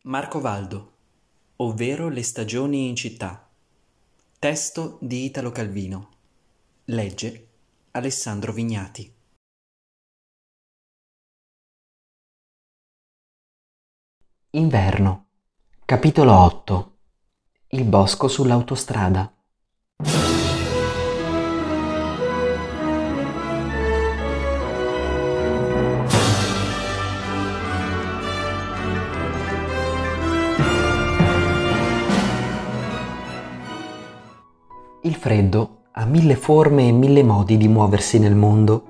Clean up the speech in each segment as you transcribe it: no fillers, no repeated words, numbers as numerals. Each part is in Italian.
Marcovaldo, ovvero Le stagioni in città. Testo di Italo Calvino. Legge Alessandro Vignati. Inverno. Capitolo 8. Il bosco sull'autostrada. Il freddo ha mille forme e mille modi di muoversi nel mondo.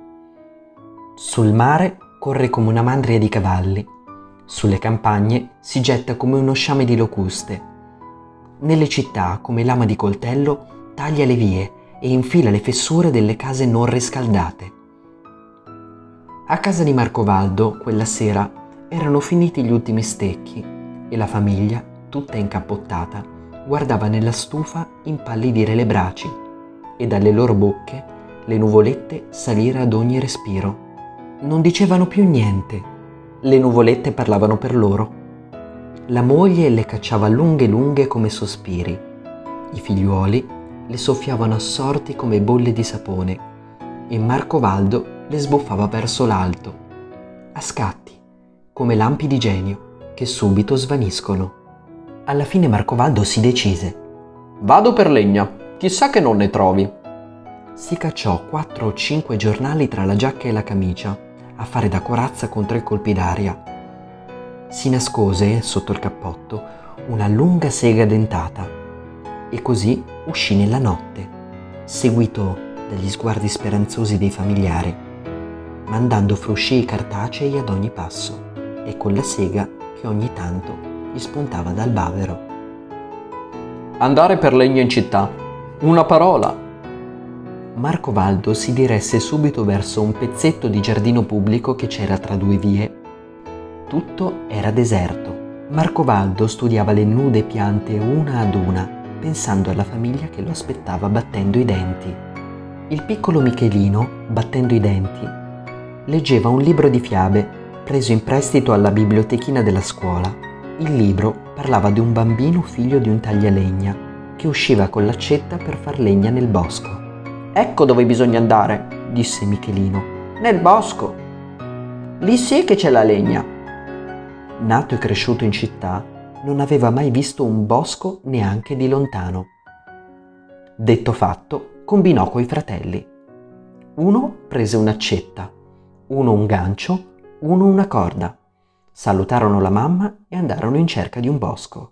Sul mare corre come una mandria di cavalli, sulle campagne si getta come uno sciame di locuste, nelle città come lama di coltello taglia le vie e infila le fessure delle case non riscaldate. A casa di Marcovaldo quella sera erano finiti gli ultimi stecchi e la famiglia, tutta incappottata, guardava nella stufa impallidire le braci e dalle loro bocche le nuvolette salire ad ogni respiro. Non dicevano più niente, le nuvolette parlavano per loro. La moglie le cacciava lunghe lunghe come sospiri, i figliuoli le soffiavano assorti come bolle di sapone e Marcovaldo le sbuffava verso l'alto, a scatti, come lampi di genio che subito svaniscono. Alla fine Marcovaldo si decise. Vado per legna, chissà che non ne trovi. Si cacciò 4 o 5 giornali tra la giacca e la camicia a fare da corazza contro i colpi d'aria. Si nascose sotto il cappotto una lunga sega dentata e così uscì nella notte, seguito dagli sguardi speranzosi dei familiari, mandando frusci cartacei ad ogni passo e con la sega che ogni tanto gli spuntava dal bavero. Andare per legna in città. Una parola. Marcovaldo si diresse subito verso un pezzetto di giardino pubblico che c'era tra due vie. Tutto era deserto. Marcovaldo studiava le nude piante una ad una, pensando alla famiglia che lo aspettava battendo i denti. Il piccolo Michelino, battendo i denti, leggeva un libro di fiabe preso in prestito alla bibliotechina della scuola. Il libro parlava di un bambino figlio di un taglialegna che usciva con l'accetta per far legna nel bosco. Ecco dove bisogna andare, disse Michelino. nel bosco. Lì sì che c'è la legna. Nato e cresciuto in città, non aveva mai visto un bosco neanche di lontano. Detto fatto, combinò coi fratelli. Uno prese un'accetta, uno un gancio, uno una corda. Salutarono la mamma e andarono in cerca di un bosco.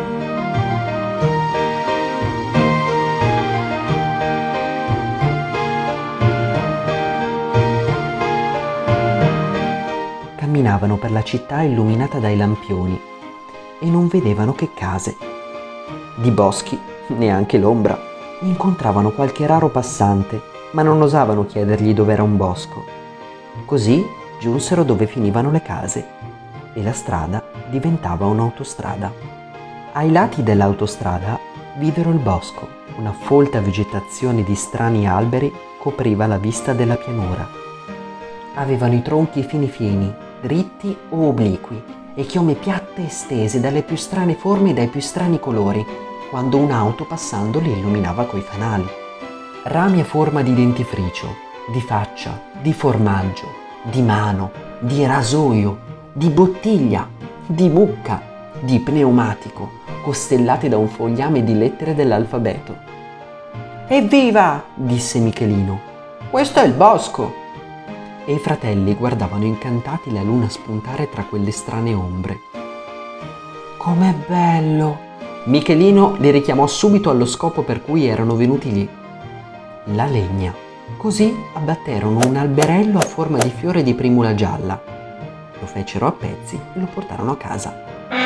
Camminavano per la città illuminata dai lampioni e non vedevano che case. Di boschi neanche l'ombra. Incontravano qualche raro passante, ma non osavano chiedergli dov'era un bosco. Così giunsero dove finivano le case e la strada diventava un'autostrada. Ai lati dell'autostrada videro il bosco. Una folta vegetazione di strani alberi copriva la vista della pianura. Avevano i tronchi fini, dritti o obliqui, e chiome piatte e stese dalle più strane forme e dai più strani colori, quando un'auto passando li illuminava coi fanali. Rami a forma di dentifricio, di faccia, di formaggio, di mano, di rasoio, di bottiglia, di mucca, di pneumatico, costellati da un fogliame di lettere dell'alfabeto. Evviva! Disse Michelino. Questo è il bosco! E i fratelli guardavano incantati la luna spuntare tra quelle strane ombre. Com'è bello! Michelino li richiamò subito allo scopo per cui erano venuti lì. La legna. Così abbatterono un alberello a forma di fiore di primula gialla. Lo fecero a pezzi e lo portarono a casa.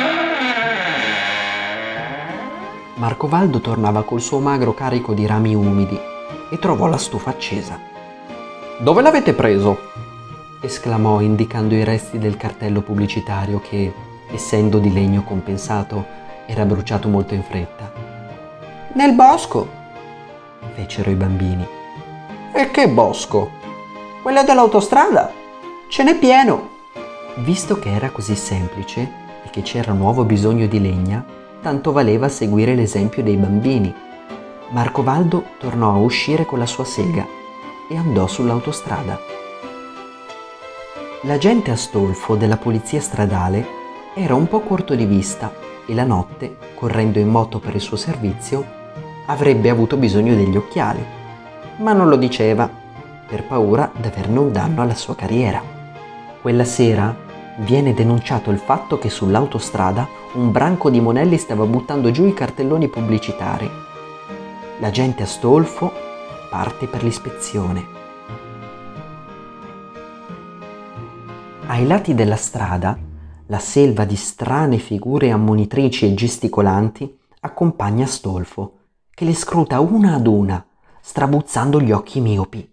Marcovaldo tornava col suo magro carico di rami umidi e trovò la stufa accesa. Dove l'avete preso? Esclamò indicando i resti del cartello pubblicitario che, essendo di legno compensato, era bruciato molto in fretta. Nel bosco. Fecero i bambini. E che bosco? Quello dell'autostrada. Ce n'è pieno. Visto che era così semplice, e che c'era nuovo bisogno di legna, tanto valeva seguire l'esempio dei bambini. Marcovaldo tornò a uscire con la sua sega e andò sull'autostrada. L'agente Astolfo della polizia stradale era un po' corto di vista e la notte, correndo in moto per il suo servizio, avrebbe avuto bisogno degli occhiali, ma non lo diceva per paura d'averne un danno alla sua carriera. Quella sera viene denunciato il fatto che sull'autostrada un branco di monelli stava buttando giù i cartelloni pubblicitari. L'agente Astolfo parte per l'ispezione. Ai lati della strada, la selva di strane figure ammonitrici e gesticolanti accompagna Astolfo, che le scruta una ad una, strabuzzando gli occhi miopi.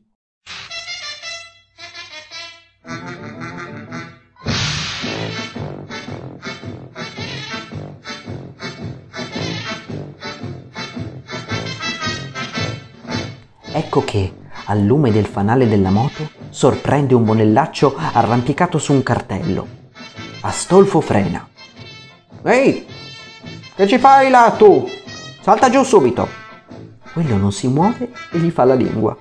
Ecco che, al lume del fanale della moto, sorprende un monellaccio arrampicato su un cartello. Astolfo frena. «Ehi, che ci fai là tu? Salta giù subito!» Quello non si muove e gli fa la lingua.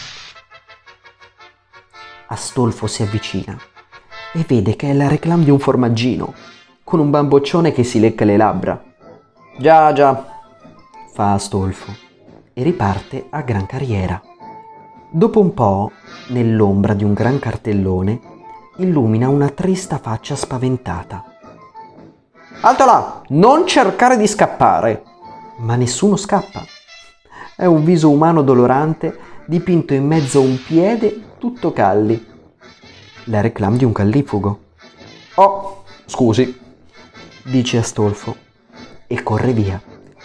Astolfo si avvicina e vede che è la réclame di un formaggino, con un bamboccione che si lecca le labbra. Già, fa Astolfo e riparte a gran carriera. Dopo un po', nell'ombra di un gran cartellone, illumina una trista faccia spaventata. «Alto là! Non cercare di scappare!» Ma nessuno scappa. È un viso umano dolorante dipinto in mezzo a un piede tutto calli. La réclame di un callifugo. «Oh, scusi», dice Astolfo e corre via.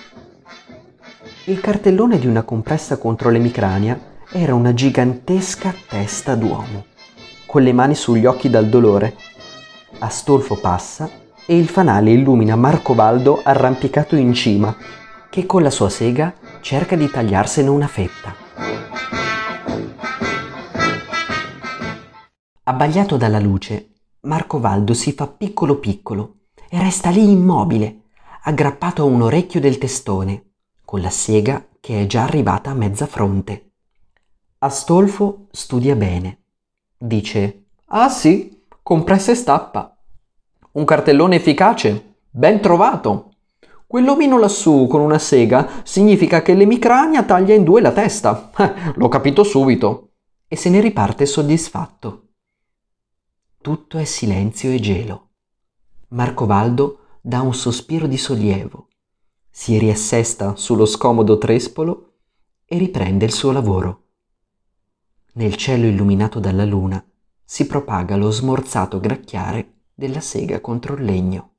Il cartellone di una compressa contro l'emicrania era una gigantesca testa d'uomo, con le mani sugli occhi dal dolore. Astolfo passa e il fanale illumina Marcovaldo arrampicato in cima, che con la sua sega cerca di tagliarsene una fetta. Abbagliato dalla luce, Marcovaldo si fa piccolo piccolo e resta lì immobile, aggrappato a un orecchio del testone, con la sega che è già arrivata a mezza fronte. Astolfo studia bene. Dice: «Ah sì, compressa e stappa. Un cartellone efficace, ben trovato. Quell'omino lassù con una sega significa che l'emicrania taglia in due la testa. L'ho capito subito». E se ne riparte soddisfatto. Tutto è silenzio e gelo. Marcovaldo dà un sospiro di sollievo, si riassesta sullo scomodo trespolo e riprende il suo lavoro. Nel cielo illuminato dalla luna si propaga lo smorzato gracchiare della sega contro il legno.